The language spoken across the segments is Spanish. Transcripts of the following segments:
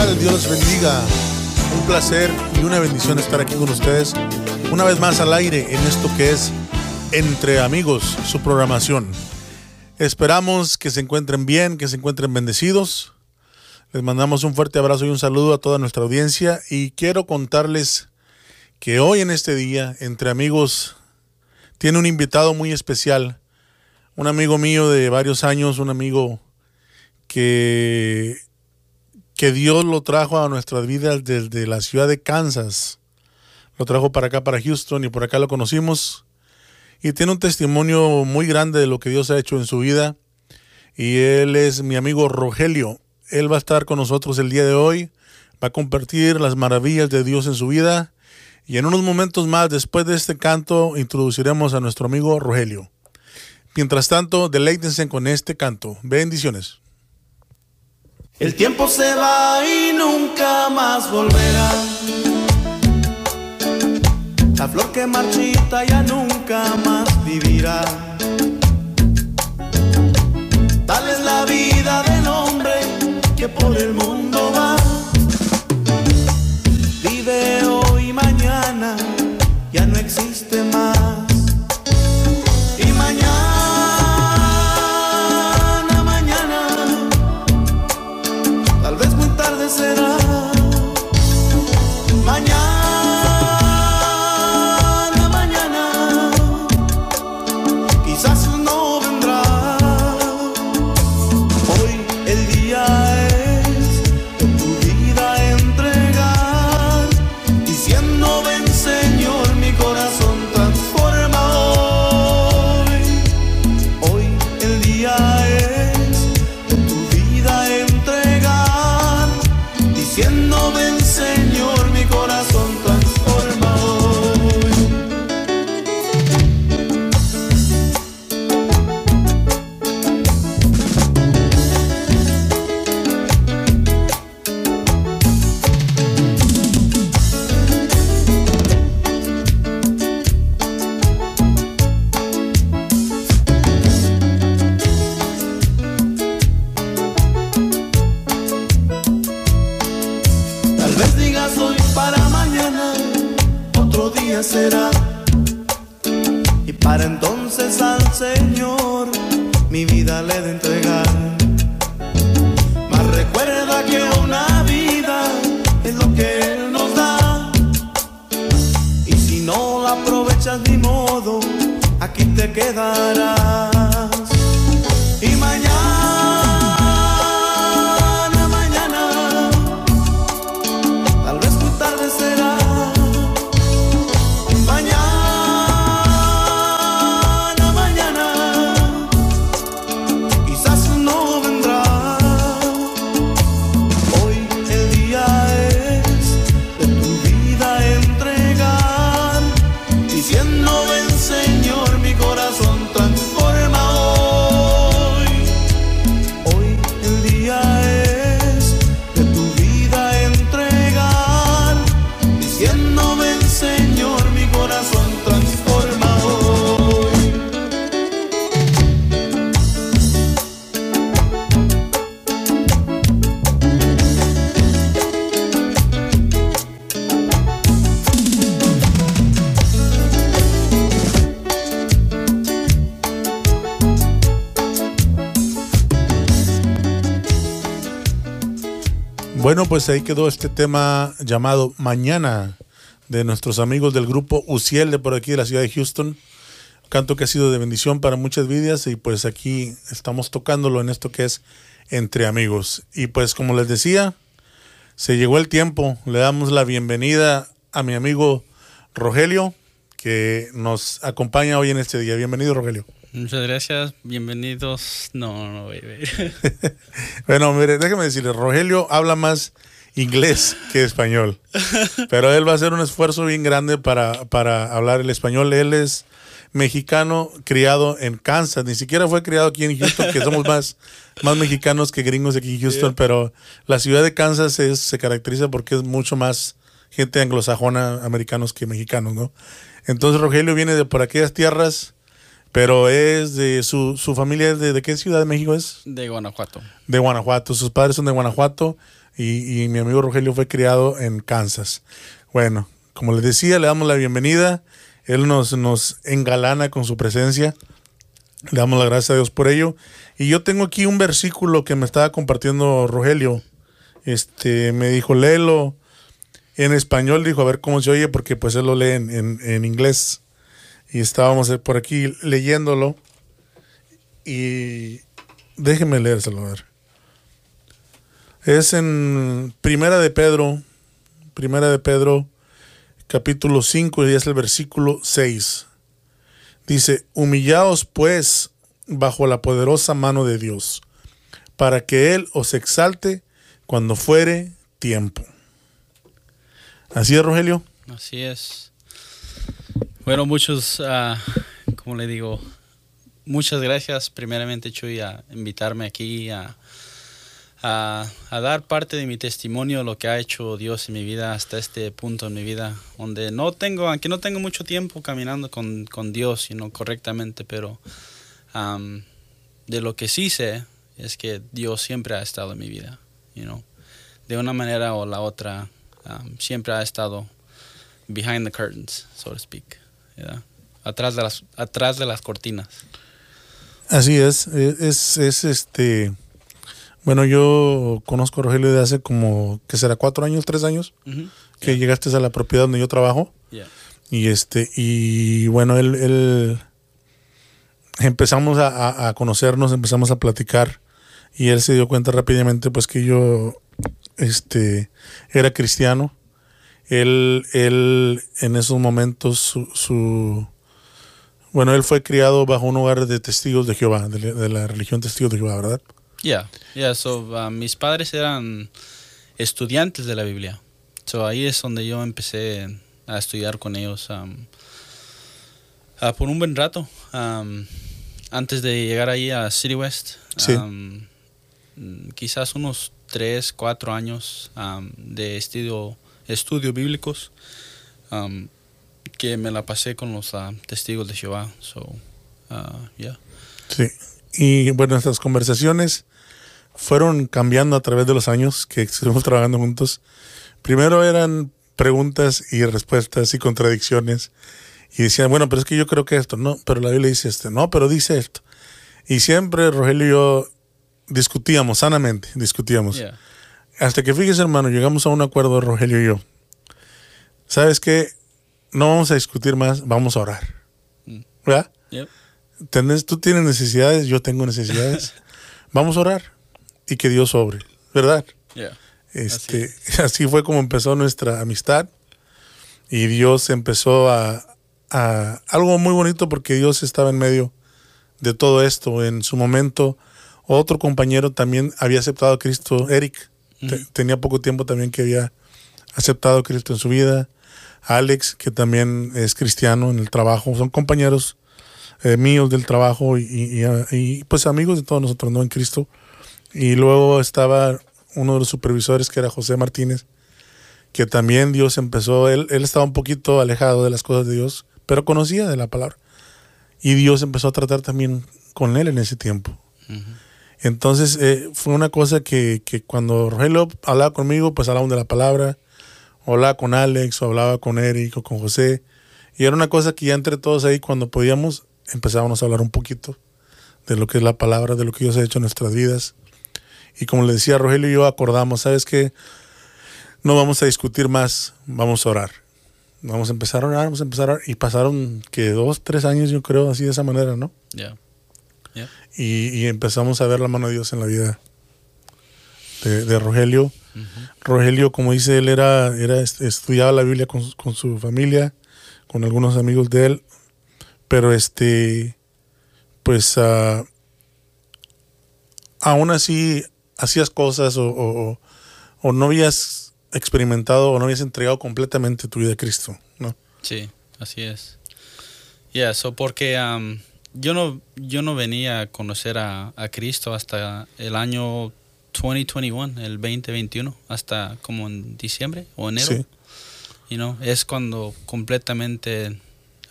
tal? Dios los bendiga. Un placer y una bendición estar aquí con ustedes una vez más al aire en esto que es Entre Amigos, su programación. Esperamos que se encuentren bien, que se encuentren bendecidos. Les mandamos un fuerte abrazo y un saludo a toda nuestra audiencia y quiero contarles que hoy en este día, Entre Amigos, tiene un invitado muy especial, un amigo mío de varios años, un amigo que Dios lo trajo a nuestras vidas desde la ciudad de Kansas. Lo trajo para acá, para Houston, y por acá lo conocimos. Y tiene un testimonio muy grande de lo que Dios ha hecho en su vida. Y él es mi amigo Rogelio. Él va a estar con nosotros el día de hoy. Va a compartir las maravillas de Dios en su vida. Y en unos momentos más, después de este canto, introduciremos a nuestro amigo Rogelio. Mientras tanto, deleítense con este canto. Bendiciones. El tiempo se va y nunca más volverá. La flor que marchita ya nunca más vivirá. Tal es la vida del hombre que por el mundo va. Vive hoy y mañana ya no existe más. Y mañana será mañana, quizás no vendrá. Hoy el día es de tu vida entregar, diciendo ven Señor, mi corazón transforma hoy. Hoy el día es de tu vida entregar, diciendo ven Señor, mi corazón transforma hoy. Tal vez digas hoy para mañana, otro día será. Y para entonces al Señor mi vida le he de entregar. Mas recuerda que una vida es lo que Él nos da. Y si no la aprovechas ni modo, aquí te quedarás. Y mañana será mañana, quizás no vendrá. Hoy el día es de tu vida entregar, diciendo ven Señor, mi corazón transforma hoy. Hoy el día es de tu vida entregar, diciendo ven Señor, mi corazón transforma hoy. Bueno, pues ahí quedó este tema llamado Mañana, de nuestros amigos del grupo Uziel de por aquí de la ciudad de Houston. Canto que ha sido de bendición para muchas vidas y pues aquí estamos tocándolo en esto que es Entre Amigos. Y pues como les decía, se llegó el tiempo. Le damos la bienvenida a mi amigo Rogelio, que nos acompaña hoy en este día. Bienvenido, Rogelio. Muchas gracias, bienvenidos. No voy a ver. Bueno, mire, déjeme decirle, Rogelio habla más inglés que español, pero él va a hacer un esfuerzo bien grande para hablar el español. Él es mexicano, criado en Kansas, ni siquiera fue criado aquí en Houston, que somos más mexicanos que gringos aquí en Houston, pero la ciudad de Kansas se caracteriza porque es mucho más gente anglosajona, americanos que mexicanos, ¿no? Entonces Rogelio viene de por aquellas tierras, pero es de su familia es de qué ciudad de México es? De Guanajuato. De Guanajuato, sus padres son de Guanajuato y mi amigo Rogelio fue criado en Kansas. Bueno, como les decía, le damos la bienvenida. Él nos engalana con su presencia. Le damos la gracia a Dios por ello. Y yo tengo aquí un versículo que me estaba compartiendo Rogelio. Me dijo, léelo en español. Dijo, a ver cómo se oye, porque pues él lo lee en inglés. Y estábamos por aquí leyéndolo. Y déjeme leérselo, a ver. Es en Primera de Pedro, capítulo 5, y es el versículo 6. Dice, humillaos pues bajo la poderosa mano de Dios, para que Él os exalte cuando fuere tiempo. ¿Así es, Rogelio? Así es. Bueno, como le digo, muchas gracias primeramente, Chuy, a invitarme aquí a dar parte de mi testimonio, lo que ha hecho Dios en mi vida hasta este punto en mi vida, donde aunque no tengo mucho tiempo caminando con Dios, correctamente, pero de lo que sí sé es que Dios siempre ha estado en mi vida, de una manera o la otra, siempre ha estado behind the curtains, so to speak, atrás de las cortinas. Así es. Bueno, yo conozco a Rogelio de hace como, ¿qué será? 4 años, 3 años, que llegaste a la propiedad donde yo trabajo. Yeah. Y bueno, él empezamos a conocernos, empezamos a platicar, y él se dio cuenta rápidamente pues que yo era cristiano. Él en esos momentos él fue criado bajo un hogar de testigos de Jehová, de la religión Testigos de Jehová, ¿verdad? Mis padres eran estudiantes de la Biblia. So, ahí es donde yo empecé a estudiar con ellos por un buen rato. Antes de llegar ahí a City West, sí. Quizás unos 3, 4 años de estudios bíblicos que me la pasé con los testigos de Jehová. Sí. Y bueno, nuestras conversaciones fueron cambiando a través de los años que estuvimos trabajando juntos. Primero eran preguntas y respuestas y contradicciones. Y decían, bueno, pero es que yo creo que esto, no, pero la Biblia dice esto, no, pero dice esto. Y siempre Rogelio y yo discutíamos, sanamente, Yeah. Hasta que, fíjese, hermano, llegamos a un acuerdo, Rogelio y yo. ¿Sabes qué? No vamos a discutir más, vamos a orar. ¿Verdad? Yep. Tú tienes necesidades, yo tengo necesidades. Vamos a orar y que Dios obre, ¿verdad? Yeah. Así fue como empezó nuestra amistad, y Dios empezó a algo muy bonito, porque Dios estaba en medio de todo esto. En su momento, otro compañero también había aceptado a Cristo, Eric. Tenía poco tiempo también que había aceptado a Cristo en su vida. Alex, que también es cristiano en el trabajo, son compañeros míos del trabajo y pues amigos de todos nosotros, ¿no? En Cristo. Y luego estaba uno de los supervisores, que era José Martínez, que también Dios empezó, él estaba un poquito alejado de las cosas de Dios, pero conocía de la palabra. Y Dios empezó a tratar también con él en ese tiempo. Entonces fue una cosa que cuando Rogelio hablaba conmigo, pues hablaban de la palabra, o hablaba con Alex, o hablaba con Eric, o con José. Y era una cosa que ya entre todos ahí, cuando podíamos, empezábamos a hablar un poquito de lo que es la palabra, de lo que Dios ha hecho en nuestras vidas. Y como le decía, Rogelio y yo acordamos, ¿sabes qué? No vamos a discutir más, vamos a orar. Vamos a empezar a orar. Y pasaron, 2, 3 años, yo creo, así de esa manera, ¿no? Yeah. Yeah. Y empezamos a ver la mano de Dios en la vida de Rogelio. Rogelio, como dice él, estudiaba la Biblia con su familia, con algunos amigos de él, pero pues aún así hacías cosas o no habías experimentado o no habías entregado completamente tu vida a Cristo, ¿no? Sí, así es. Porque yo no venía a conocer a Cristo hasta el año 2021, el 2021, hasta como en diciembre o enero. Sí. Es cuando completamente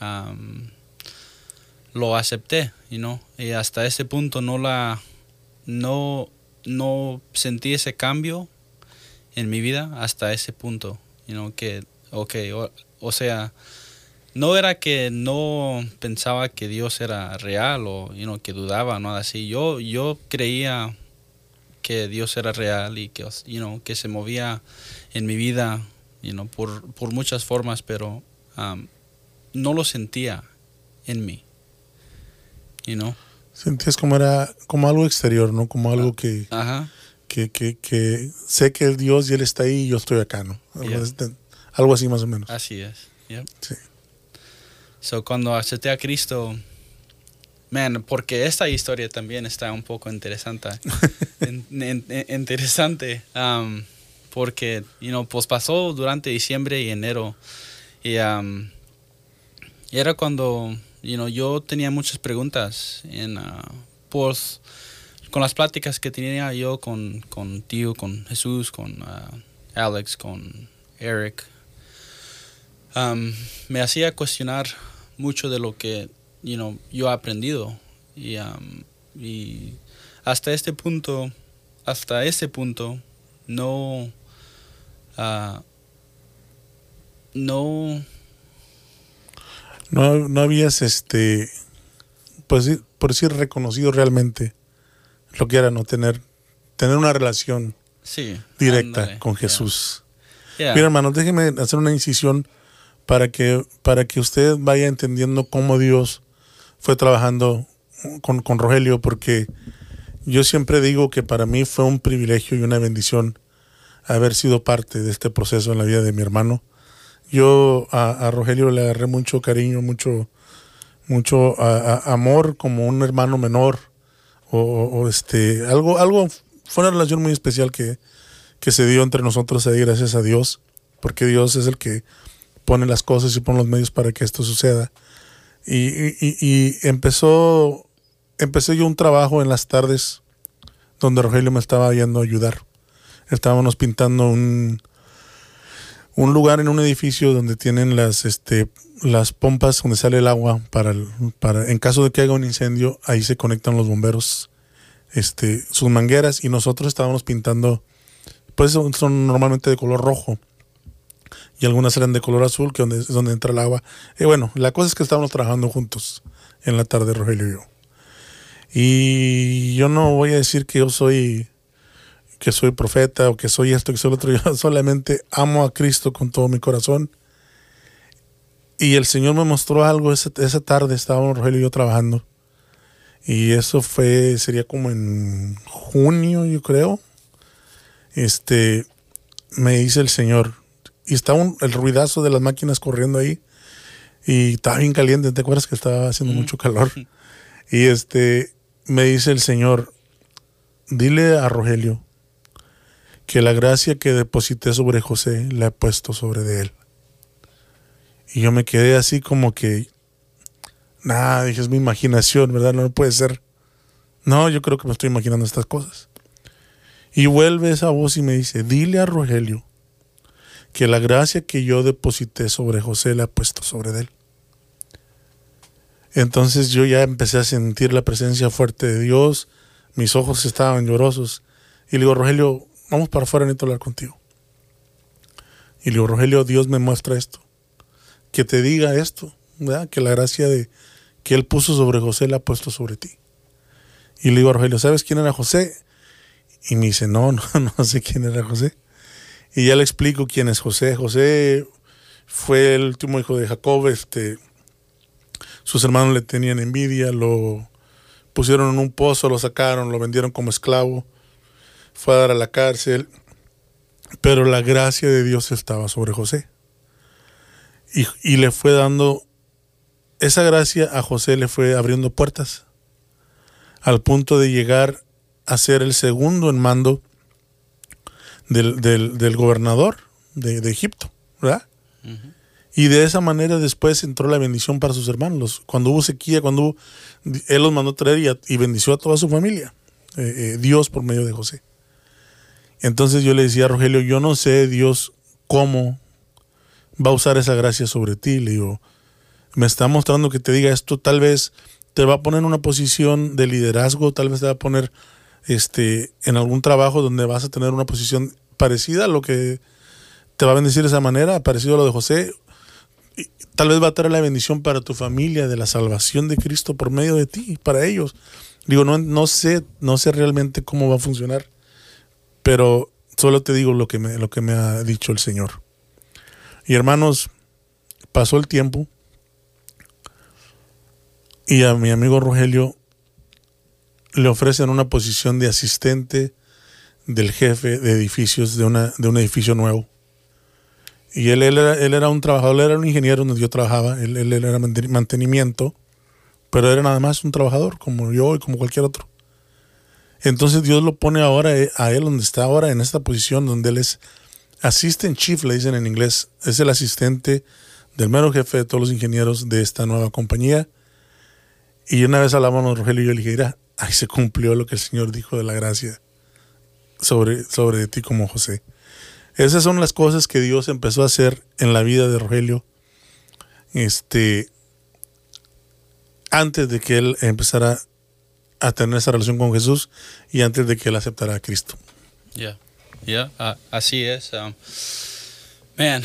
lo acepté, y hasta ese punto no sentí ese cambio en mi vida hasta ese punto, que, o sea, no era que no pensaba que Dios era real o, que dudaba, nada así. Yo creía que Dios era real y que, que se movía en mi vida, por muchas formas, pero no lo sentía en mí, Sentías como algo exterior, ¿no? Como algo que sé que es Dios y Él está ahí y yo estoy acá, ¿no? Algo así más o menos. Así es. Yep. Sí. So, cuando acepté a Cristo, porque esta historia también está un poco interesante. Interesante. Porque, pues pasó durante diciembre y enero. Y era cuando, yo tenía muchas preguntas pues, con las pláticas que tenía yo con Tío, con Jesús, con Alex, con Eric. Me hacía cuestionar mucho de lo que yo he aprendido y hasta ese punto no habías pues por decir reconocido realmente lo que era no tener una relación directa con Jesús. Yeah. Mira, hermano, déjeme hacer una incisión para que usted vaya entendiendo cómo Dios fue trabajando con Rogelio, porque yo siempre digo que para mí fue un privilegio y una bendición haber sido parte de este proceso en la vida de mi hermano. Yo a Rogelio le agarré mucho cariño, mucho amor, como un hermano menor, algo fue una relación muy especial que se dio entre nosotros ahí, gracias a Dios, porque Dios es el que pone las cosas y pone los medios para que esto suceda. Y empecé yo un trabajo en las tardes donde Rogelio me estaba yendo a ayudar. Estábamos pintando un lugar en un edificio donde tienen las pompas donde sale el agua para en caso de que haya un incendio, ahí se conectan los bomberos, sus mangueras, y nosotros estábamos pintando, pues son normalmente de color rojo y algunas eran de color azul, que es donde entra el agua. Y bueno, la cosa es que estábamos trabajando juntos en la tarde, Rogelio y yo. Y yo no voy a decir que soy profeta o que soy esto, que soy lo otro. Yo solamente amo a Cristo con todo mi corazón. Y el Señor me mostró algo esa tarde. Estábamos Rogelio y yo trabajando. Y eso sería como en junio, yo creo. Me dice el Señor. Y estaba el ruidazo de las máquinas corriendo ahí. Y estaba bien caliente. ¿Te acuerdas que estaba haciendo mucho calor? Y me dice el Señor, dile a Rogelio que la gracia que deposité sobre José la he puesto sobre de él. Y yo me quedé así como que, dije, es mi imaginación, ¿verdad? No puede ser. No, yo creo que me estoy imaginando estas cosas. Y vuelve esa voz y me dice, dile a Rogelio que la gracia que yo deposité sobre José la he puesto sobre de él. Entonces yo ya empecé a sentir la presencia fuerte de Dios, mis ojos estaban llorosos. Y le digo, Rogelio, vamos para afuera, necesito hablar contigo. Y le digo, Rogelio, Dios me muestra esto. Que te diga esto, ¿verdad? Que la gracia que Él puso sobre José la ha puesto sobre ti. Y le digo a Rogelio, ¿sabes quién era José? Y me dice, no sé quién era José. Y ya le explico quién es José. José fue el último hijo de Jacob. Sus hermanos le tenían envidia, lo pusieron en un pozo, lo sacaron, lo vendieron como esclavo. Fue a dar a la cárcel, pero la gracia de Dios estaba sobre José. Y le fue dando, esa gracia a José le fue abriendo puertas, al punto de llegar a ser el segundo en mando del gobernador de Egipto, ¿verdad? Uh-huh. Y de esa manera después entró la bendición para sus hermanos. Cuando hubo sequía, Él los mandó traer y bendició a toda su familia, Dios por medio de José. Entonces yo le decía a Rogelio, yo no sé Dios cómo va a usar esa gracia sobre ti. Le digo, me está mostrando que te diga esto, tal vez te va a poner en una posición de liderazgo, tal vez te va a poner en algún trabajo donde vas a tener una posición parecida a lo que te va a bendecir de esa manera, parecido a lo de José. Y tal vez va a traer la bendición para tu familia de la salvación de Cristo por medio de ti, para ellos. Digo, no sé realmente cómo va a funcionar, pero solo te digo lo que me ha dicho el Señor. Y hermanos, pasó el tiempo y a mi amigo Rogelio le ofrecen una posición de asistente del jefe de edificios de un edificio nuevo. Y él era un trabajador, él era un ingeniero donde yo trabajaba, él era mantenimiento, pero era nada más un trabajador como yo y como cualquier otro. Entonces Dios lo pone ahora a él donde está ahora, en esta posición donde él es assistant chief, le dicen en inglés, es el asistente del mero jefe de todos los ingenieros de esta nueva compañía. Y una vez hablábamos Rogelio y yo le dije, mira, ahí se cumplió lo que el Señor dijo de la gracia sobre ti como José. Esas son las cosas que Dios empezó a hacer en la vida de Rogelio antes de que él empezara a tener esa relación con Jesús y antes de que él aceptara a Cristo. Así es. Man,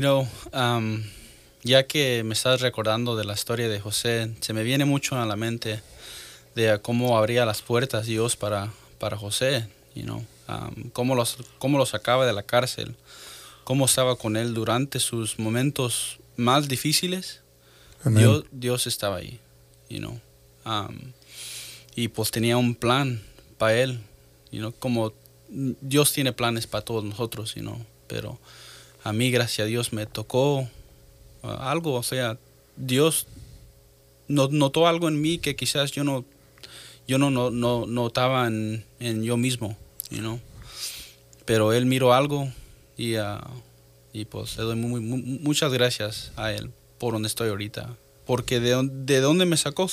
ya que me estás recordando de la historia de José, se me viene mucho a la mente de cómo abría las puertas Dios para José, cómo lo sacaba de la cárcel, cómo estaba con él durante sus momentos más difíciles. Dios estaba ahí, y pues tenía un plan para él, como Dios tiene planes para todos nosotros, pero a mí, gracias a Dios, me tocó algo, o sea, Dios notó algo en mí que quizás yo no notaba en yo mismo, pero Él miró algo y pues le doy muchas gracias a Él por donde estoy ahorita, porque de donde me sacó,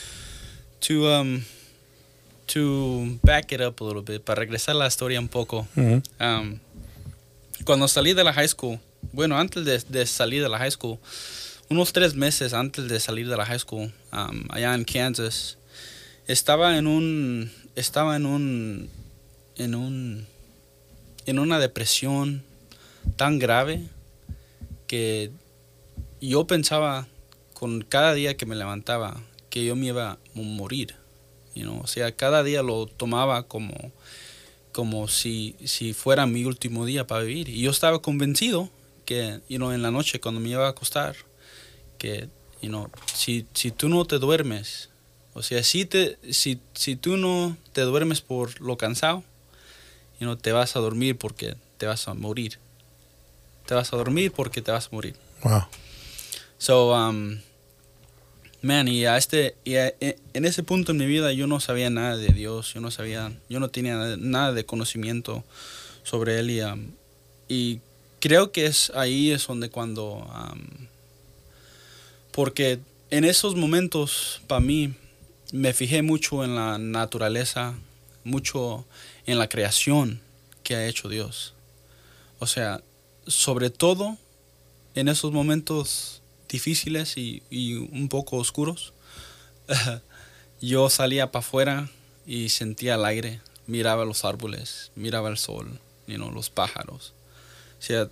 to back it up a little bit, para regresar a la historia un poco. Uh-huh. Cuando salí de la high school, bueno, antes de salir de la high school, unos 3 meses antes de salir de la high school, allá en Kansas, estaba en una depresión tan grave que yo pensaba con cada día que me levantaba que yo me iba a morir. O sea, cada día lo tomaba como si fuera mi último día para vivir. Y yo estaba convencido que, en la noche cuando me iba a acostar, que, si tú no te duermes, o sea, si tú no te duermes por lo cansado, te vas a dormir porque te vas a morir. Te vas a dormir porque te vas a morir. Wow. So, man, en ese punto en mi vida yo no sabía nada de Dios, yo no tenía nada de conocimiento sobre Él, y creo que ahí es donde cuando, porque en esos momentos para mí me fijé mucho en la naturaleza, mucho en la creación que ha hecho Dios. O sea, sobre todo en esos momentos difíciles y un poco oscuros, yo salía para afuera y sentía el aire, miraba los árboles, miraba el sol, los pájaros. O sea,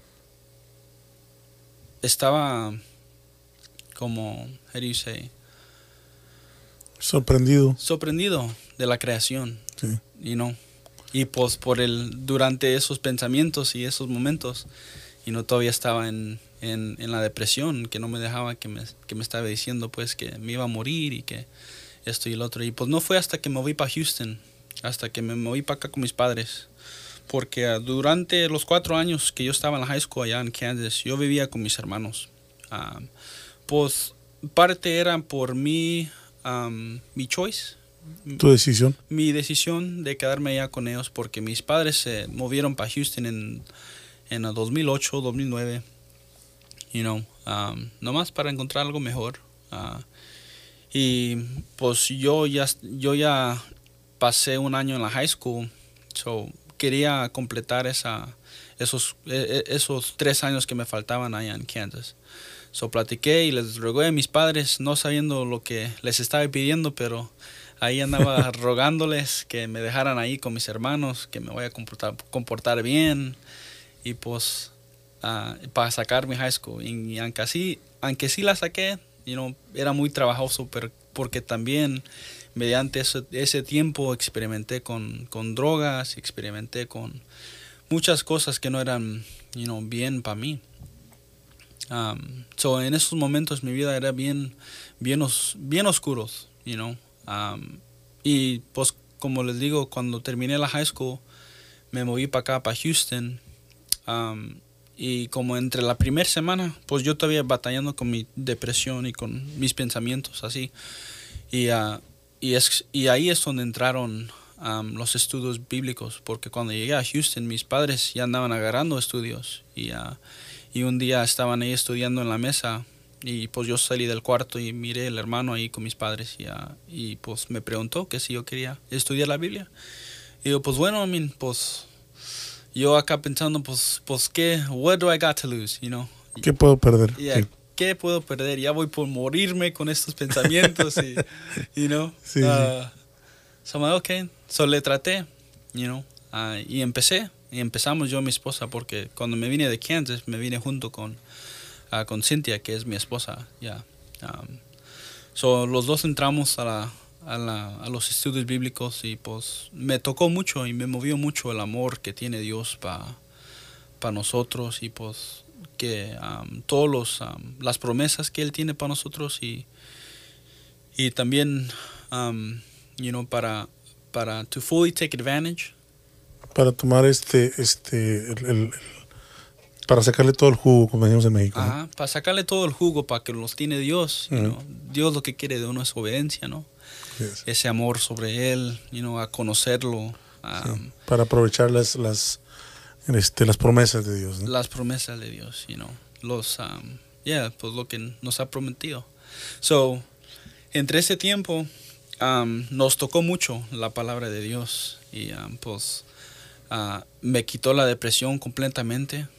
estaba como, how do you say? Sorprendido de la creación. Sí. Y pues durante esos pensamientos y esos momentos, todavía estaba en la depresión, que no me dejaba, que me estaba diciendo pues que me iba a morir y que esto y el otro. Y pues no fue hasta que me moví para Houston, hasta que me moví para acá con mis padres, porque durante los 4 años que yo estaba en la high school allá en Kansas, yo vivía con mis hermanos. Pues parte era por mi choice, tu decisión, mi decisión de quedarme allá con ellos, porque mis padres se movieron para Houston en el 2008, 2009, nomás para encontrar algo mejor. Y pues yo ya pasé un año en la high school, so quería completar esos 3 años que me faltaban allá en Kansas. So platiqué y les rogué a mis padres, no sabiendo lo que les estaba pidiendo, pero ahí andaba rogándoles que me dejaran ahí con mis hermanos, que me voy a comportar bien y pues para sacar mi high school. Y aunque sí la saqué, era muy trabajoso, pero porque también mediante ese tiempo experimenté con drogas, experimenté con muchas cosas que no eran bien para mí. So en esos momentos mi vida era bien oscuros, y pues como les digo, cuando terminé la high school me moví para acá, para Houston, y como entre la primera semana pues yo todavía batallando con mi depresión y con mis pensamientos así, y ahí es donde entraron los estudios bíblicos, porque cuando llegué a Houston mis padres ya andaban agarrando estudios, y un día estaban ahí estudiando en la mesa y pues yo salí del cuarto y miré al hermano ahí con mis padres, y pues me preguntó que si yo quería estudiar la Biblia. Y yo pues bueno, pues yo acá pensando pues ¿qué? What do I got to lose, ¿Qué puedo perder? Yeah, Sí. ¿qué puedo perder? Ya voy por morirme con estos pensamientos y Sí, So I'm like, okay. So le traté, y empezamos yo y mi esposa, porque cuando me vine de Kansas me vine junto con Cynthia, que es mi esposa, so los dos entramos a los estudios bíblicos, y pues me tocó mucho y me movió mucho el amor que tiene Dios para nosotros, y pues que todos las promesas que Él tiene para nosotros, y también para to fully take advantage, para tomar para sacarle todo el jugo, como decimos en México. Ajá, para sacarle todo el jugo, para que los tiene Dios. Dios lo que quiere de uno es obediencia, Yes. Ese amor sobre Él, a conocerlo. Sí, para aprovechar las promesas de Dios, ¿no? Las promesas de Dios, pues lo que nos ha prometido. So, entre ese tiempo, nos tocó mucho la palabra de Dios, y pues me quitó la depresión completamente.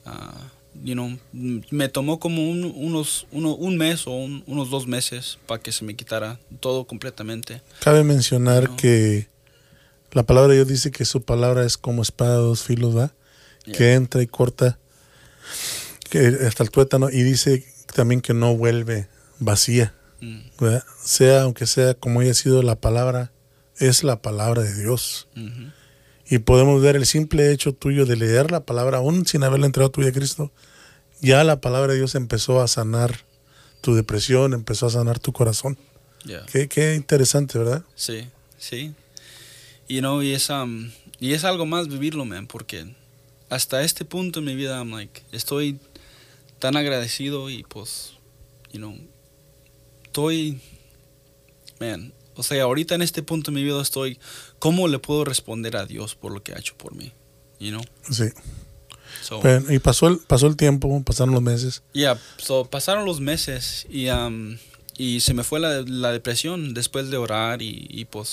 Me tomó como un mes o unos 2 meses para que se me quitara todo completamente. Cabe mencionar que la palabra de Dios dice que su palabra es como espada de 2 filos, ¿va? Yeah. Que entra y corta hasta el tuétano, y dice también que no vuelve vacía. ¿Verdad? Aunque sea como haya sido la palabra, es la palabra de Dios. Uh-huh. Y podemos ver el simple hecho tuyo de leer la palabra, aún sin haberle entregado tu vida a Cristo, ya la palabra de Dios empezó a sanar tu depresión, empezó a sanar tu corazón. Yeah. Qué interesante, ¿verdad? Sí. Y es algo más vivirlo, man, porque hasta este punto en mi vida, estoy tan agradecido, y pues, estoy, ahorita en este punto en mi vida estoy, ¿cómo le puedo responder a Dios por lo que ha hecho por mí? Sí. Y pasó el tiempo, pasaron los meses. Pasaron los meses, y se me fue la depresión después de orar, y pues,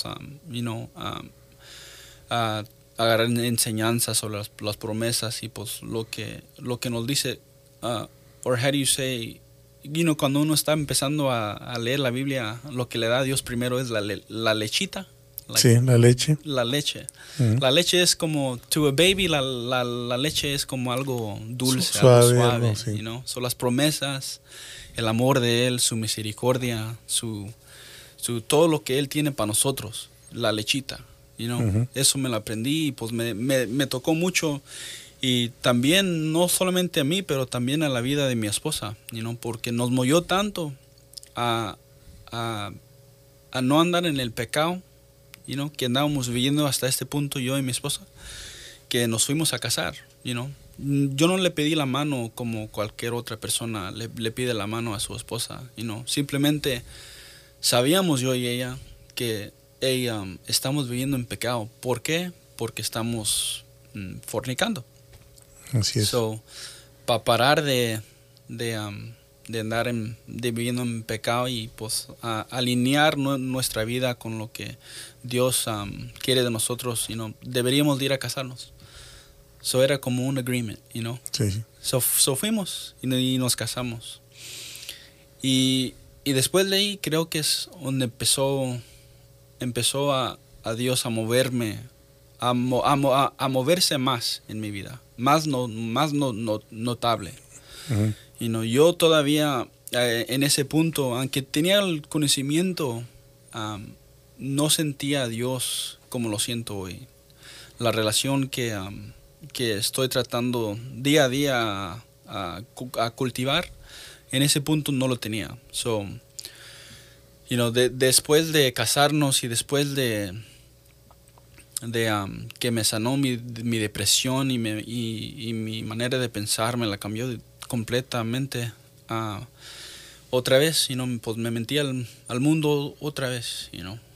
agarrar enseñanzas sobre las promesas, y pues lo que nos dice, or how do you say, cuando uno está empezando a leer la Biblia, lo que le da a Dios primero es la lechita. Sí, la leche. La leche. Uh-huh. La leche es como, to a baby, la leche es como algo dulce, suave, algo suave, algo, sí. Son las promesas, el amor de Él, su misericordia, su todo lo que Él tiene para nosotros, la lechita, Uh-huh. Eso me lo aprendí, y pues me tocó mucho. Y también, no solamente a mí, pero también a la vida de mi esposa, porque nos movió tanto a no andar en el pecado, que andábamos viviendo hasta este punto, yo y mi esposa, que nos fuimos a casar, Yo no le pedí la mano como cualquier otra persona le pide la mano a su esposa, Simplemente sabíamos yo y ella que estamos viviendo en pecado. ¿Por qué? Porque estamos fornicando. Así es. Para parar de andar viviendo en pecado, y pues alinear nuestra vida con lo que Dios quiere de nosotros, deberíamos de ir a casarnos. Era como un agreement, Sí. Fuimos y nos casamos. Y después de ahí creo que es donde empezó empezó a Dios a moverme, a moverse más en mi vida, más notable. Ujú. Yo todavía en ese punto, aunque tenía el conocimiento, no sentía a Dios como lo siento hoy. La relación que estoy tratando día a día a cultivar, en ese punto no lo tenía. So, después de casarnos y después de que me sanó mi depresión y mi manera de pensar, me la cambió completamente. Otra vez, pues me metí al mundo otra vez,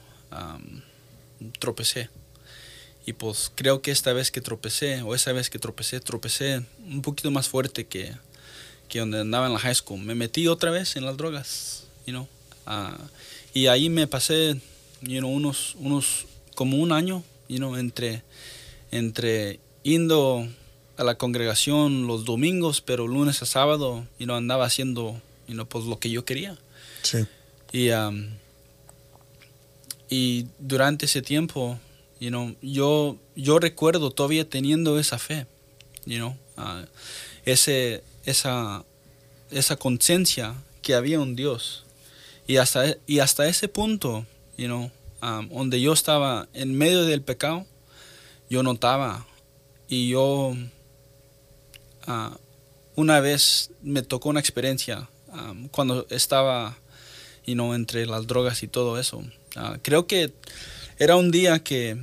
tropecé. Y pues creo que esa vez que tropecé un poquito más fuerte que donde andaba en la high school. Me metí otra vez en las drogas, y ahí me pasé, unos como un año, entre yendo a la congregación los domingos, pero lunes a sábado, andaba haciendo, pues lo que yo quería. Sí. Y durante ese tiempo, yo recuerdo todavía teniendo esa fe, esa conciencia que había un Dios. Y hasta ese punto, donde yo estaba en medio del pecado, yo notaba. Y yo, una vez me tocó una experiencia cuando estaba, entre las drogas y todo eso. Creo que era un día que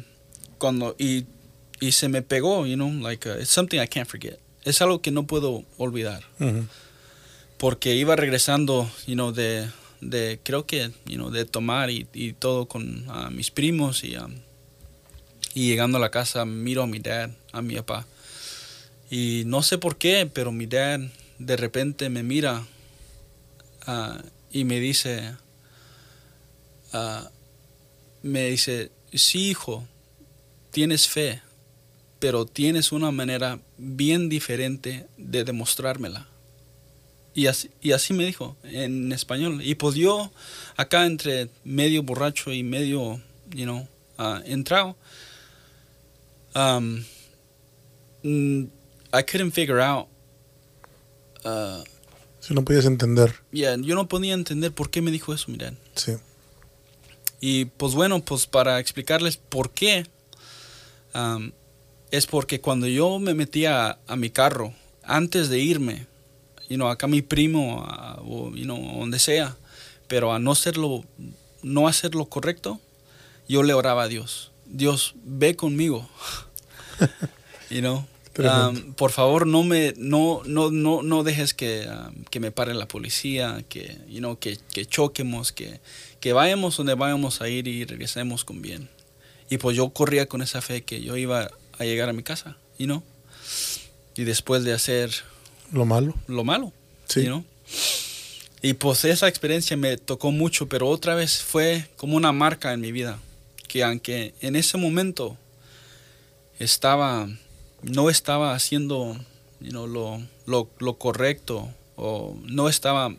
y se me pegó, it's something I can't forget. Es algo que no puedo olvidar. Uh-huh. Porque iba regresando, creo que, de tomar y todo con mis primos y llegando a la casa miro a mi dad, a mi papá. Y no sé por qué, pero mi dad de repente me mira y me dice, sí, hijo, tienes fe, pero tienes una manera bien diferente de demostrármela. Y así me dijo en español. Y pues yo acá entre medio borracho y medio, entrado, I couldn't figure out. Si no podías entender. Yo no podía entender por qué me dijo eso, miren. Sí. Y pues bueno, pues para explicarles por qué, es porque cuando yo me metía a mi carro, antes de irme, acá mi primo, o donde sea, pero a no hacer lo correcto, yo le oraba a Dios. Dios, ve conmigo. Por favor, no dejes que me pare la policía, que choquemos, que vayamos donde vayamos a ir y regresemos con bien. Y pues yo corría con esa fe que yo iba a llegar a mi casa, y después de hacer lo malo, sí. Y pues esa experiencia me tocó mucho, pero otra vez fue como una marca en mi vida, que aunque en ese momento no estaba haciendo lo correcto, o no estaba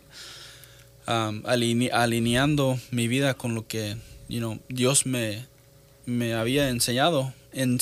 alineando mi vida con lo que Dios me había enseñando,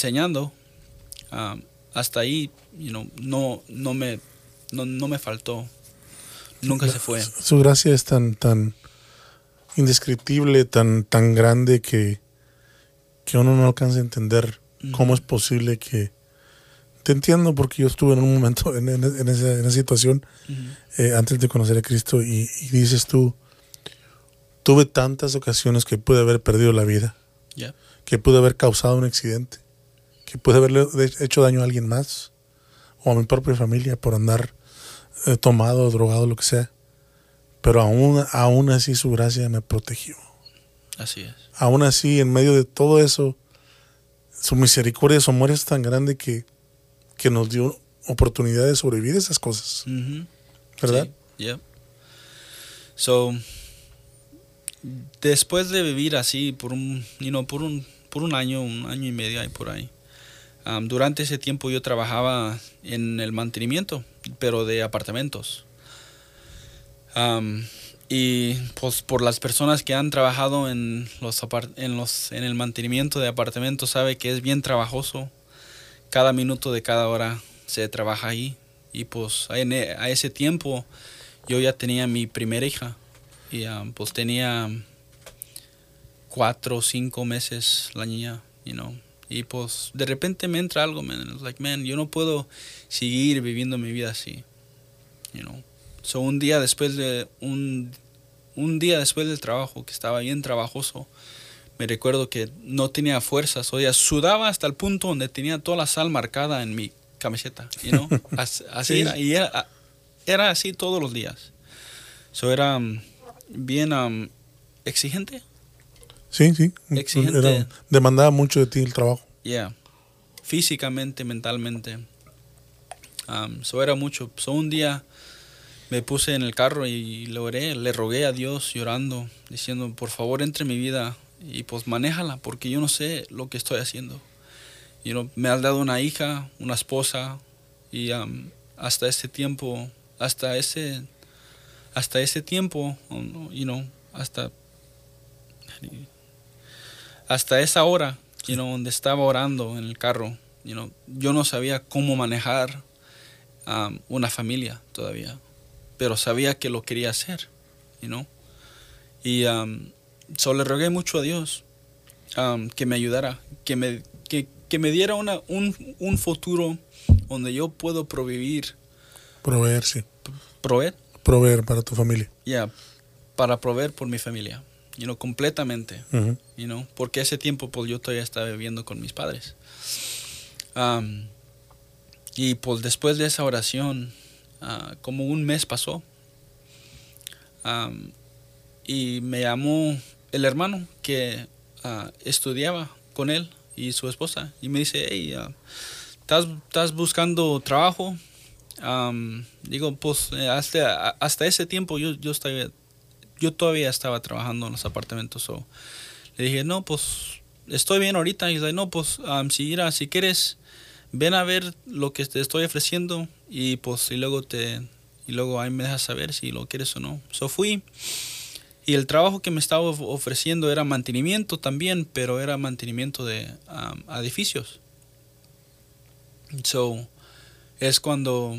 hasta ahí no me faltó, nunca se fue. Su gracia es tan indescriptible, tan grande que uno no alcanza a entender. Uh-huh. Cómo es posible que... Te entiendo porque yo estuve en un momento en esa situación, uh-huh, antes de conocer a Cristo, y dices tú, tuve tantas ocasiones que pude haber perdido la vida, yeah, que pude haber causado un accidente, que pude haberle hecho daño a alguien más o a mi propia familia por andar tomado, drogado, lo que sea, pero aún así su gracia me protegió. Así es. Aún así, en medio de todo eso, su misericordia, su amor es tan grande que nos dio oportunidad de sobrevivir a esas cosas. Uh-huh. ¿Verdad? Sí, yeah. So, después de vivir así por un año y medio y por ahí, durante ese tiempo yo trabajaba en el mantenimiento, pero de apartamentos. Y pues por las personas que han trabajado en el mantenimiento de apartamentos sabe que es bien trabajoso. Cada minuto de cada hora se trabaja ahí. Y pues a ese tiempo yo ya tenía mi primera hija. Y pues tenía 4 o 5 meses la niña, Y pues de repente me entra algo, man. It's like, man, yo no puedo seguir viviendo mi vida así, So un día después del trabajo, que estaba bien trabajoso, me recuerdo que no tenía fuerzas. O sea, sudaba hasta el punto donde tenía toda la sal marcada en mi camiseta, Así Sí. era. Y era así todos los días. So era bien exigente. Sí, sí. Exigente. Demandaba mucho de ti el trabajo. Yeah. Físicamente, mentalmente. So era mucho. So un día me puse en el carro y le rogué a Dios llorando, diciendo, por favor, entre en mi vida y pues manéjala, porque yo no sé lo que estoy haciendo. Me has dado una hija, una esposa, y hasta ese tiempo, hasta esa hora, donde estaba orando en el carro, yo no sabía cómo manejar una familia todavía, pero sabía que lo quería hacer, y le rogué mucho a Dios que me ayudara, que me diera un futuro donde yo puedo proveer, Sí. proveer, Proveer para tu familia. para proveer por mi familia, completamente, Ujú. porque ese tiempo pues yo todavía estaba viviendo con mis padres. Y pues después de esa oración, como un mes pasó, y me llamó el hermano que estudiaba con él y su esposa, y me dice, hey, ¿estás buscando trabajo? Digo, pues hasta ese tiempo yo todavía estaba trabajando en los apartamentos. So, le dije, no, pues estoy bien ahorita. Y dice, no, pues si quieres, ven a ver lo que te estoy ofreciendo y pues y luego ahí me dejas saber si lo quieres o no. So fui, y el trabajo que me estaba ofreciendo era mantenimiento también, pero era mantenimiento de edificios. So es cuando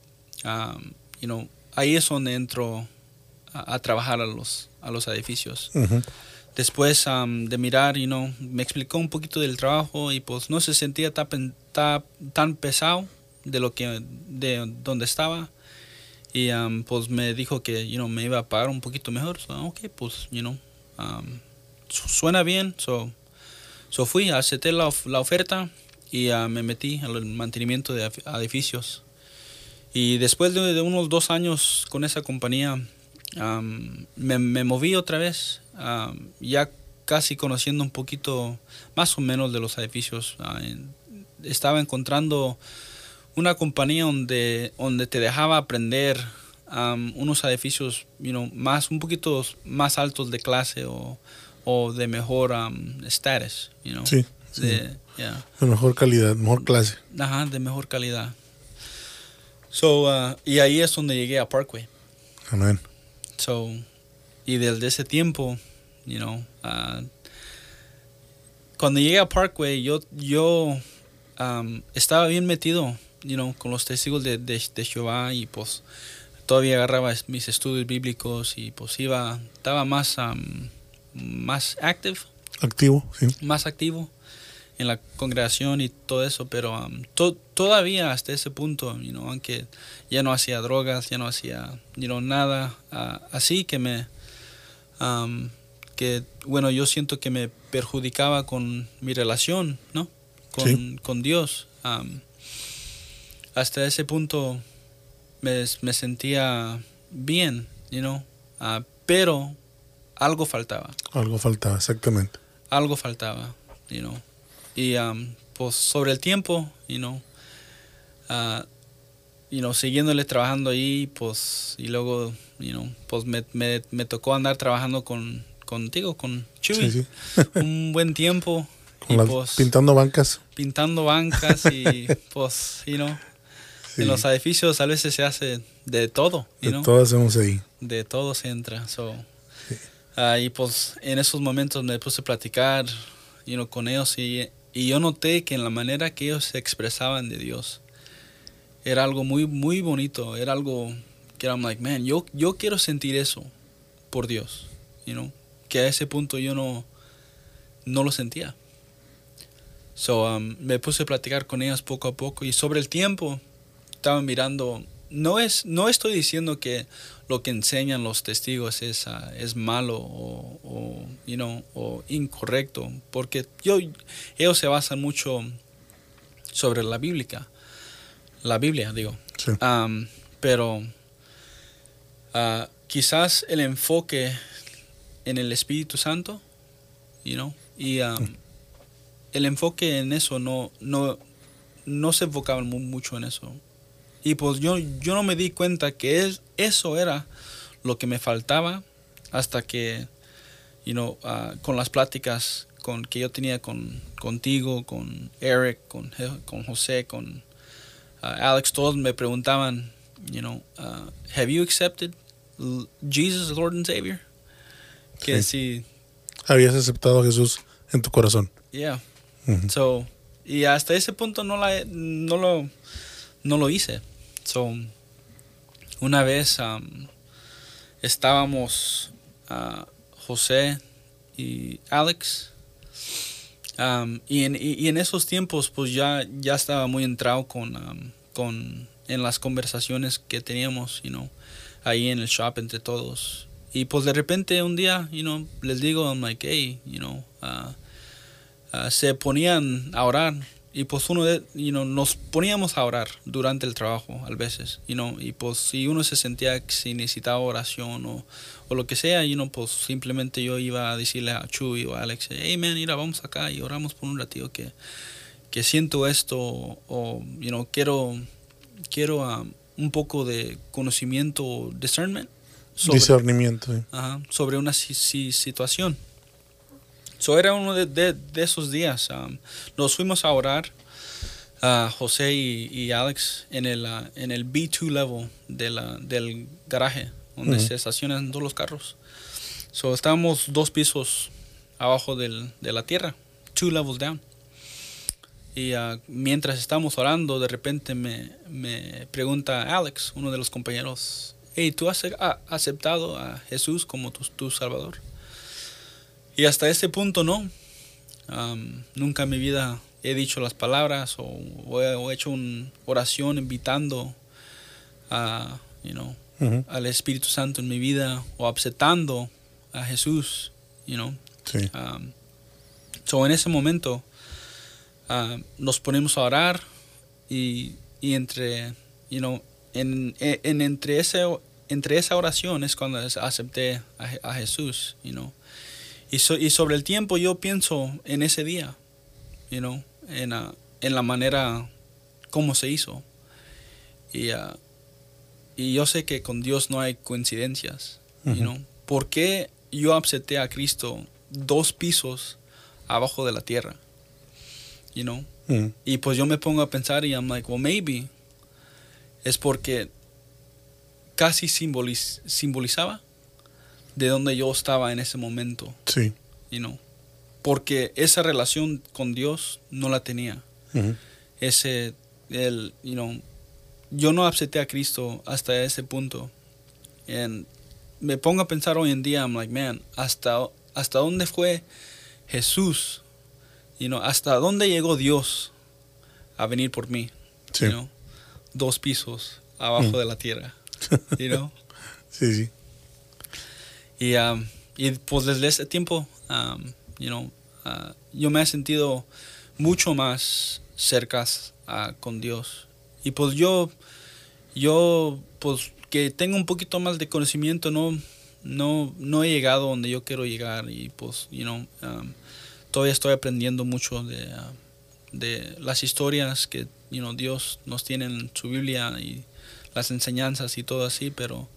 ahí es donde entro a trabajar a los edificios. Ujú. Después de mirar, me explicó un poquito del trabajo y pues no se sentía tan pesado de donde estaba, y pues me dijo que me iba a pagar un poquito mejor. So, okay, pues suena bien. So fui, acepté la oferta y me metí al mantenimiento de edificios. Y después de unos 2 años con esa compañía, me moví otra vez, ya casi conociendo un poquito más o menos de los edificios. Estaba encontrando una compañía donde te dejaba aprender unos edificios un poquito más altos de clase o de mejor status, Sí. De mejor calidad, mejor clase. Ajá, de mejor calidad. So, y ahí es donde llegué a Parkway. Amén. So, y desde ese tiempo, cuando llegué a Parkway, yo estaba bien metido, con los testigos de Jehová, y pues todavía agarraba mis estudios bíblicos y pues estaba más Activo, sí. más activo en la congregación y todo eso, pero todavía hasta ese punto, aunque ya no hacía drogas, ya no hacía, nada así que yo siento que me perjudicaba con mi relación, ¿no? Con Dios. Hasta ese punto me sentía bien, pero algo faltaba. Algo faltaba, exactamente. Algo faltaba, Y pues sobre el tiempo, siguiéndole trabajando ahí, pues, y luego, pues me tocó andar trabajando contigo, con Chuy, Sí. un buen tiempo. Y pues, Pintando bancas. pintando bancas y pues, Sí. En los edificios a veces se hace de todo, De todo hacemos ahí. De todo se entra. So, y pues en esos momentos me puse a platicar, con ellos y yo noté que en la manera que ellos se expresaban de Dios era algo muy, muy bonito. Era algo que era like, man, yo quiero sentir eso por Dios, que a ese punto yo no lo sentía. So, me puse a platicar con ellas poco a poco y sobre el tiempo estaba mirando. No estoy diciendo que lo que enseñan los testigos es malo o incorrecto, porque ellos se basan mucho sobre la Biblia, digo. Sí. Pero quizás el enfoque en el Espíritu Santo, y el enfoque en eso no se enfocaban mucho en eso. Y pues yo no me di cuenta que eso era lo que me faltaba hasta que, con las pláticas que yo tenía contigo, con Eric, con José, con Alex, todos me preguntaban, have you accepted Jesus, Lord and Savior? Que sí. Habías aceptado a Jesús en tu corazón. Yeah. Uh-huh. So, y hasta ese punto no lo hice. So, una vez estábamos José y Alex, y en esos tiempos pues ya estaba muy entrado en las conversaciones que teníamos, ahí en el shop entre todos. Y pues de repente un día, les digo, I'm like, hey, se ponían a orar. Y pues nos poníamos a orar durante el trabajo a veces, y pues si uno se sentía que si necesitaba oración o lo que sea, pues simplemente yo iba a decirle a Chuy o a Alex, hey man, mira, vamos acá y oramos por un ratito que siento esto, o quiero un poco de conocimiento, discernimiento sobre una situación. So era uno de esos días. Nos fuimos a orar, José y Alex, en el B2 level del garaje, donde se estacionan todos los carros. So estábamos 2 pisos abajo de la tierra, 2 levels down. Y mientras estábamos orando, de repente me pregunta Alex, uno de los compañeros, hey, ¿tú has aceptado a Jesús como tu Salvador? Y hasta ese punto no. Nunca en mi vida he dicho las palabras o he hecho una oración invitando al Espíritu Santo en mi vida o aceptando a Jesús, Sí. So en ese momento nos ponemos a orar y entre esa oración es cuando acepté a Jesús, Y sobre el tiempo yo pienso en ese día, en la manera como se hizo. Y yo sé que con Dios no hay coincidencias, ¿Por qué yo acepté a Cristo 2 pisos abajo de la tierra? Y pues yo me pongo a pensar y I'm like, well, maybe es porque casi simbolizaba de donde yo estaba en ese momento. Sí. Porque esa relación con Dios no la tenía. Uh-huh. Yo no acepté a Cristo hasta ese punto. Y me pongo a pensar hoy en día, I'm like, man, hasta dónde fue Jesús, hasta dónde llegó Dios a venir por mí. Sí. 2 pisos abajo de la tierra. Sí, sí. Y pues desde ese tiempo, yo me he sentido mucho más cerca con Dios. Y pues yo pues que tengo un poquito más de conocimiento, no he llegado donde yo quiero llegar. Y pues, todavía estoy aprendiendo mucho de las historias que, Dios nos tiene en su Biblia y las enseñanzas y todo así, pero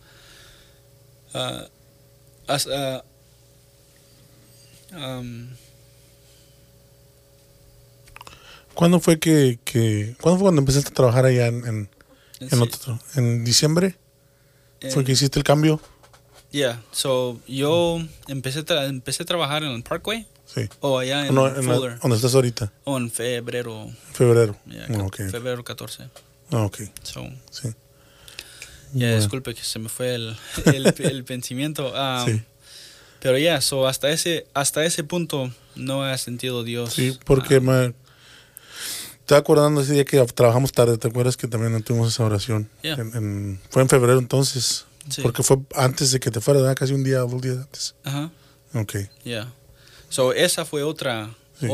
¿Cuándo fue cuándo empezaste a trabajar allá en En diciembre fue que hiciste el cambio. Yeah, so yo empecé a trabajar en el Parkway. Sí. O allá en Fuller. ¿Dónde estás ahorita? O en febrero. Yeah, Okay. Febrero 14. Ok. So, sí. Yeah, disculpe que se me fue el pensamiento. Sí. Pero ya, so hasta ese punto no he sentido Dios. Sí, porque me estaba acordando ese día que trabajamos tarde. ¿Te acuerdas que también no tuvimos esa oración? Yeah. Fue en febrero entonces. Sí. Porque fue antes de que te fuera, ¿verdad? Casi un día o 2 días antes. Ajá. Ok. Yeah. So esa fue otra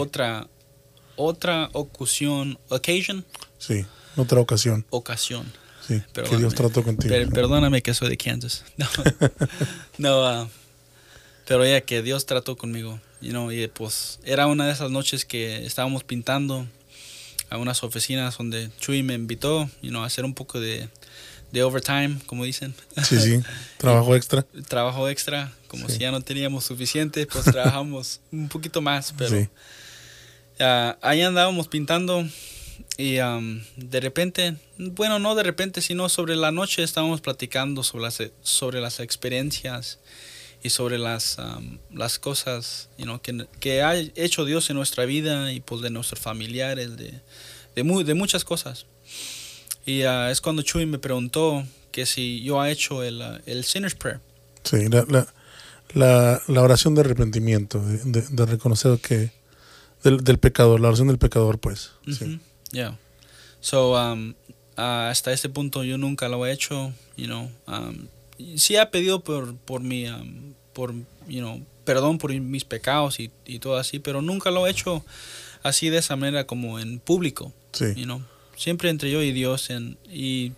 ocasión. Sí, otra ocasión. Sí, que Dios trató contigo. Perdóname que soy de Kansas. No, pero ya que Dios trató conmigo. Y pues era una de esas noches que estábamos pintando a unas oficinas donde Chuy me invitó, a hacer un poco de overtime, como dicen. Sí, trabajo extra. Trabajo extra, como si ya no teníamos suficiente, pues trabajamos un poquito más, pero sí. Ahí andábamos pintando y de repente, bueno, no de repente, sino sobre la noche estábamos platicando sobre las experiencias y sobre las cosas que ha hecho Dios en nuestra vida y pues de nuestros familiares, de muchas cosas. Y es cuando Chuy me preguntó que si yo he hecho el Sinner's Prayer. Sí, la oración de arrepentimiento, de reconocer que del pecador, la oración del pecador, pues. Sí. Yeah. So, hasta este punto yo nunca lo he hecho, sí he pedido por mi, perdón por mis pecados y todo así, pero nunca lo he hecho así de esa manera como en público. Sí. Siempre entre yo y Dios y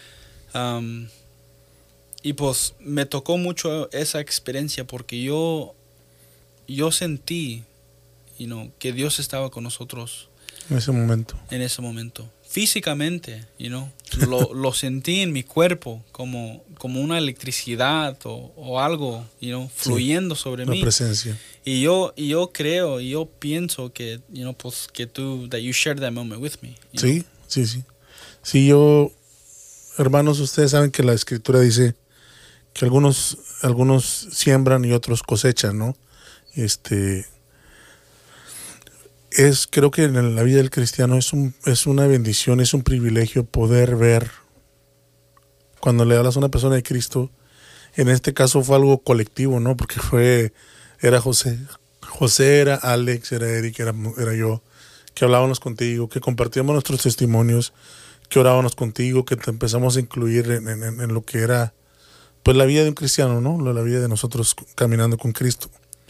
pues me tocó mucho esa experiencia porque yo sentí que Dios estaba con nosotros en ese momento físicamente, lo sentí en mi cuerpo como una electricidad o algo, fluyendo sobre mí. La presencia. Y yo creo y yo pienso que pues que that you shared that moment with me. Sí. Sí, hermanos, ustedes saben que la Escritura dice que algunos siembran y otros cosechan, ¿no? Creo que en la vida del cristiano es una bendición, es un privilegio poder ver cuando le hablas a una persona de Cristo. En este caso fue algo colectivo, ¿no? Porque era José, era Alex, era Eric, era yo, que hablábamos contigo, que compartíamos nuestros testimonios, que orábamos contigo, que te empezamos a incluir en lo que era pues la vida de un cristiano, ¿no? La vida de nosotros caminando con Cristo.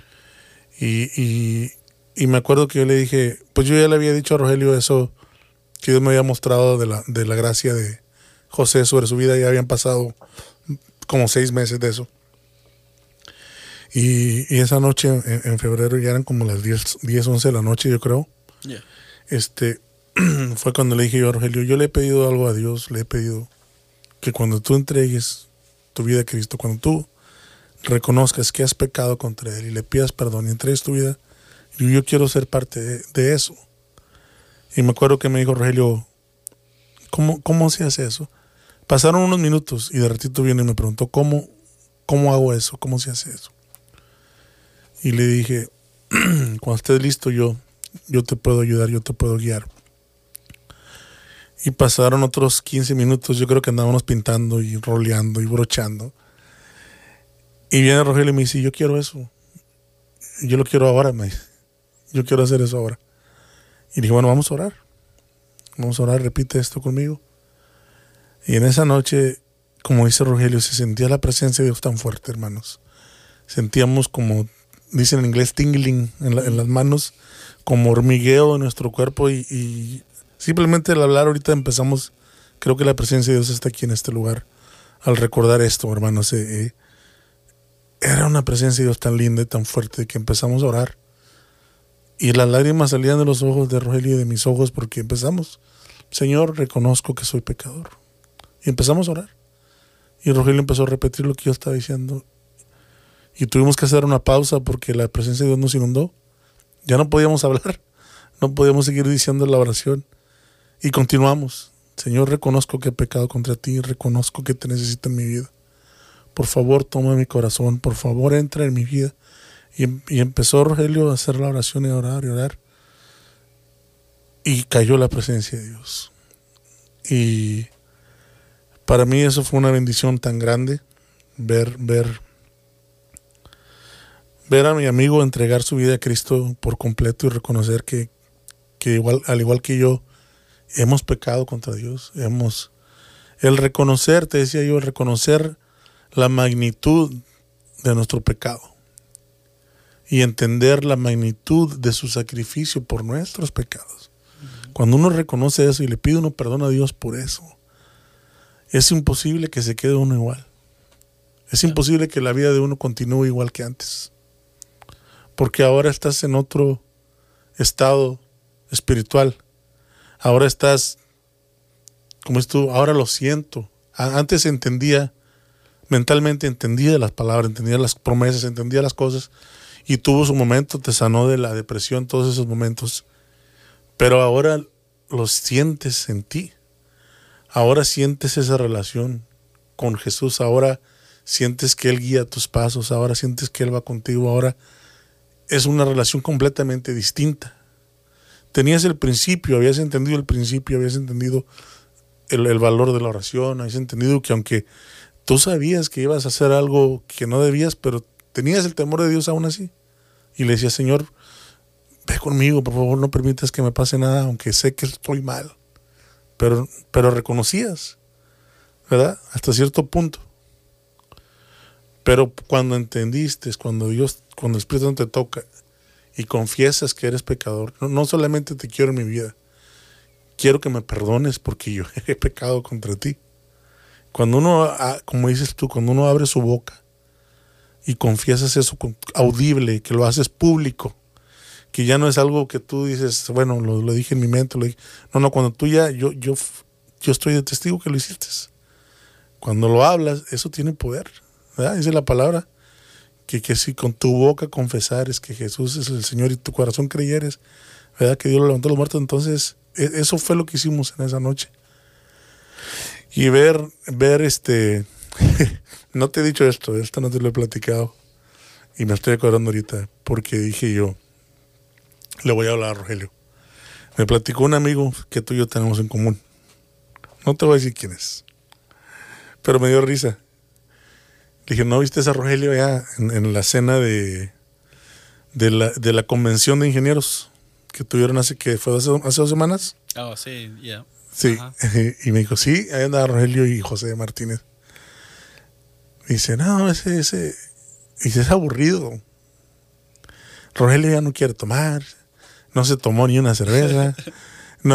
Y me acuerdo que yo le dije, pues yo ya le había dicho a Rogelio eso, que Dios me había mostrado de la gracia de José sobre su vida. Ya habían pasado como 6 meses de eso. Y esa noche en febrero ya eran como las 10, 11 de la noche, yo creo. Yeah. Fue cuando le dije yo a Rogelio, yo le he pedido algo a Dios, le he pedido que cuando tú entregues tu vida a Cristo, cuando tú reconozcas que has pecado contra Él y le pidas perdón y entregues tu vida, yo quiero ser parte de eso. Y me acuerdo que me dijo Rogelio, ¿cómo se hace eso? Pasaron unos minutos y de ratito viene y me preguntó, ¿cómo hago eso? ¿Cómo se hace eso? Y le dije, cuando estés listo yo te puedo ayudar, yo te puedo guiar. Y pasaron otros 15 minutos, yo creo que andábamos pintando y roleando y brochando. Y viene Rogelio y me dice, yo quiero eso. Yo lo quiero ahora, me dice. Yo quiero hacer eso ahora. Y dije, bueno, vamos a orar. Repite esto conmigo. Y en esa noche, como dice Rogelio, se sentía la presencia de Dios tan fuerte, hermanos. Sentíamos como, dicen en inglés, tingling en las manos, como hormigueo en nuestro cuerpo y simplemente al hablar ahorita empezamos, creo que la presencia de Dios está aquí en este lugar. Al recordar esto, hermanos, era una presencia de Dios tan linda y tan fuerte que empezamos a orar. Y las lágrimas salían de los ojos de Rogelio y de mis ojos porque empezamos, Señor, reconozco que soy pecador. Y empezamos a orar. Y Rogelio empezó a repetir lo que yo estaba diciendo. Y tuvimos que hacer una pausa porque la presencia de Dios nos inundó. Ya no podíamos hablar. No podíamos seguir diciendo la oración. Y continuamos. Señor, reconozco que he pecado contra ti, reconozco que te necesito en mi vida. Por favor, toma mi corazón, por favor, entra en mi vida. Y empezó Rogelio a hacer la oración y a orar y a orar. Y cayó la presencia de Dios. Y para mí eso fue una bendición tan grande, ver a mi amigo entregar su vida a Cristo por completo y reconocer que igual, al igual que yo, hemos pecado contra Dios. El reconocer, te decía yo, el reconocer la magnitud de nuestro pecado y entender la magnitud de su sacrificio por nuestros pecados. Cuando uno reconoce eso y le pide uno perdón a Dios por eso, es imposible que se quede uno igual. Es imposible que la vida de uno continúe igual que antes. Porque ahora estás en otro estado espiritual. Ahora estás, como es tú, ahora lo siento. Antes entendía, mentalmente entendía las palabras, entendía las promesas, entendía las cosas. Y tuvo su momento, te sanó de la depresión, todos esos momentos. Pero ahora lo sientes en ti. Ahora sientes esa relación con Jesús. Ahora sientes que Él guía tus pasos. Ahora sientes que Él va contigo. Ahora es una relación completamente distinta. Tenías el principio, habías entendido el principio, habías entendido el valor de la oración, habías entendido que aunque tú sabías que ibas a hacer algo que no debías, pero tenías el temor de Dios aún así. Y le decías, Señor, ve conmigo, por favor, no permitas que me pase nada, aunque sé que estoy mal. Pero reconocías, ¿verdad? Hasta cierto punto. Pero cuando entendiste, cuando el Espíritu Santo te toca y confiesas que eres pecador, no solamente te quiero en mi vida, quiero que me perdones porque yo he pecado contra ti. Cuando uno, como dices tú, cuando uno abre su boca y confiesas eso audible, que lo haces público, que ya no es algo que tú dices, bueno, lo dije en mi mente, no, cuando tú yo estoy de testigo que lo hiciste. Cuando lo hablas, eso tiene poder, ¿verdad? Dice la palabra, que si con tu boca confesares que Jesús es el Señor y tu corazón creyeres, ¿verdad? Que Dios lo levantó de los muertos, entonces eso fue lo que hicimos en esa noche. Y ver no te he dicho esto no te lo he platicado y me estoy acordando ahorita porque dije yo, le voy a hablar a Rogelio. Me platicó un amigo que tú y yo tenemos en común. No te voy a decir quién es, pero me dio risa. Le dije, ¿no viste a Rogelio allá en la cena de la convención de ingenieros que tuvieron hace 2 semanas? Oh, sí, yeah. Sí, y me dijo, sí, ahí andaba Rogelio y José Martínez. Me dice, no, ese es aburrido. Rogelio ya no quiere tomar, no se tomó ni una cerveza. No.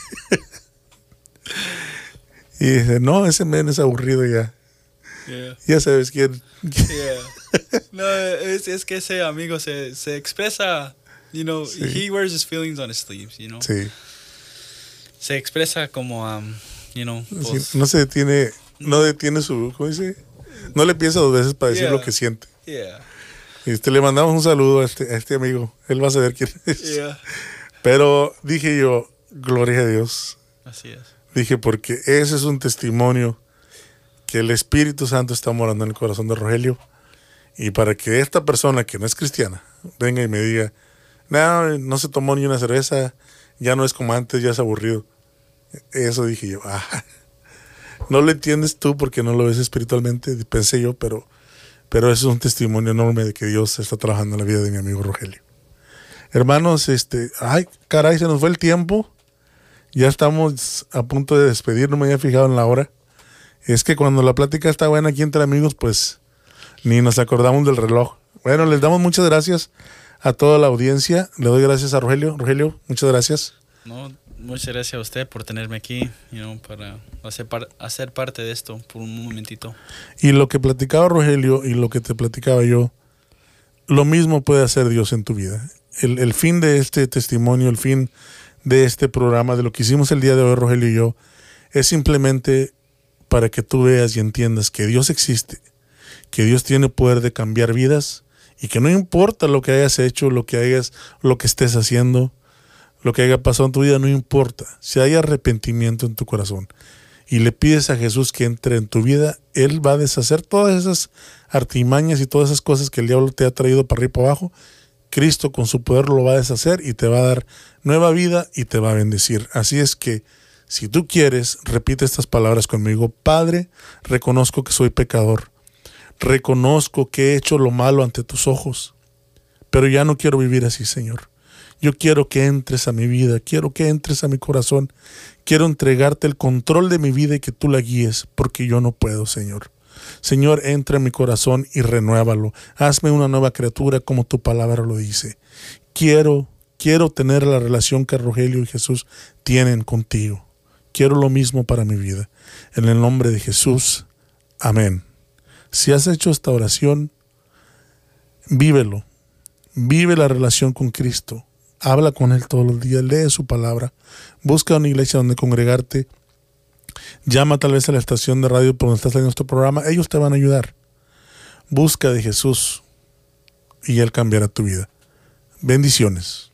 Y dice, no, ese men es aburrido ya. Yeah. Ya sabes quién. Yeah. No, es que ese amigo se expresa, sí. He wears his feelings on his sleeves, Sí. Se expresa como, pues, sí, no detiene su, ¿cómo dice? No le piensa 2 veces para decir lo que siente. Yeah. Y le mandamos un saludo a este amigo. Él va a saber quién es. Yeah. Pero dije yo, gloria a Dios. Así es. Dije, porque ese es un testimonio que el Espíritu Santo está morando en el corazón de Rogelio. Y para que esta persona que no es cristiana venga y me diga, no se tomó ni una cerveza, ya no es como antes, ya es aburrido. Eso dije yo, no lo entiendes tú porque no lo ves espiritualmente, pensé yo, pero eso es un testimonio enorme de que Dios está trabajando en la vida de mi amigo Rogelio. Hermanos, ay, caray, se nos fue el tiempo. Ya estamos a punto de despedir, no me había fijado en la hora. Es que cuando la plática está buena aquí entre amigos, pues ni nos acordamos del reloj. Bueno, les damos muchas gracias a toda la audiencia. Le doy gracias a Rogelio. Rogelio, muchas gracias. No, muchas gracias a usted por tenerme aquí, para hacer parte de esto por un momentito. Y lo que platicaba Rogelio y lo que te platicaba yo, lo mismo puede hacer Dios en tu vida. El fin de este testimonio, el fin de este programa, de lo que hicimos el día de hoy, Rogelio y yo, es simplemente para que tú veas y entiendas que Dios existe, que Dios tiene poder de cambiar vidas y que no importa lo que hayas hecho, lo que estés haciendo, lo que haya pasado en tu vida no importa. Si hay arrepentimiento en tu corazón y le pides a Jesús que entre en tu vida, Él va a deshacer todas esas artimañas y todas esas cosas que el diablo te ha traído para arriba y para abajo. Cristo con su poder lo va a deshacer y te va a dar nueva vida y te va a bendecir. Así es que, si tú quieres, repite estas palabras conmigo. Padre, reconozco que soy pecador. Reconozco que he hecho lo malo ante tus ojos. Pero ya no quiero vivir así, Señor. Yo quiero que entres a mi vida. Quiero que entres a mi corazón. Quiero entregarte el control de mi vida y que tú la guíes, porque yo no puedo, Señor. Señor, entra en mi corazón y renuévalo. Hazme una nueva criatura como tu palabra lo dice. Quiero tener la relación que Rogelio y Jesús tienen contigo. Quiero lo mismo para mi vida. En el nombre de Jesús. Amén. Si has hecho esta oración, vívelo. Vive la relación con Cristo. Habla con Él todos los días. Lee su palabra. Busca una iglesia donde congregarte. Llama tal vez a la estación de radio por donde estás saliendo este programa. Ellos te van a ayudar. Busca de Jesús y Él cambiará tu vida. Bendiciones.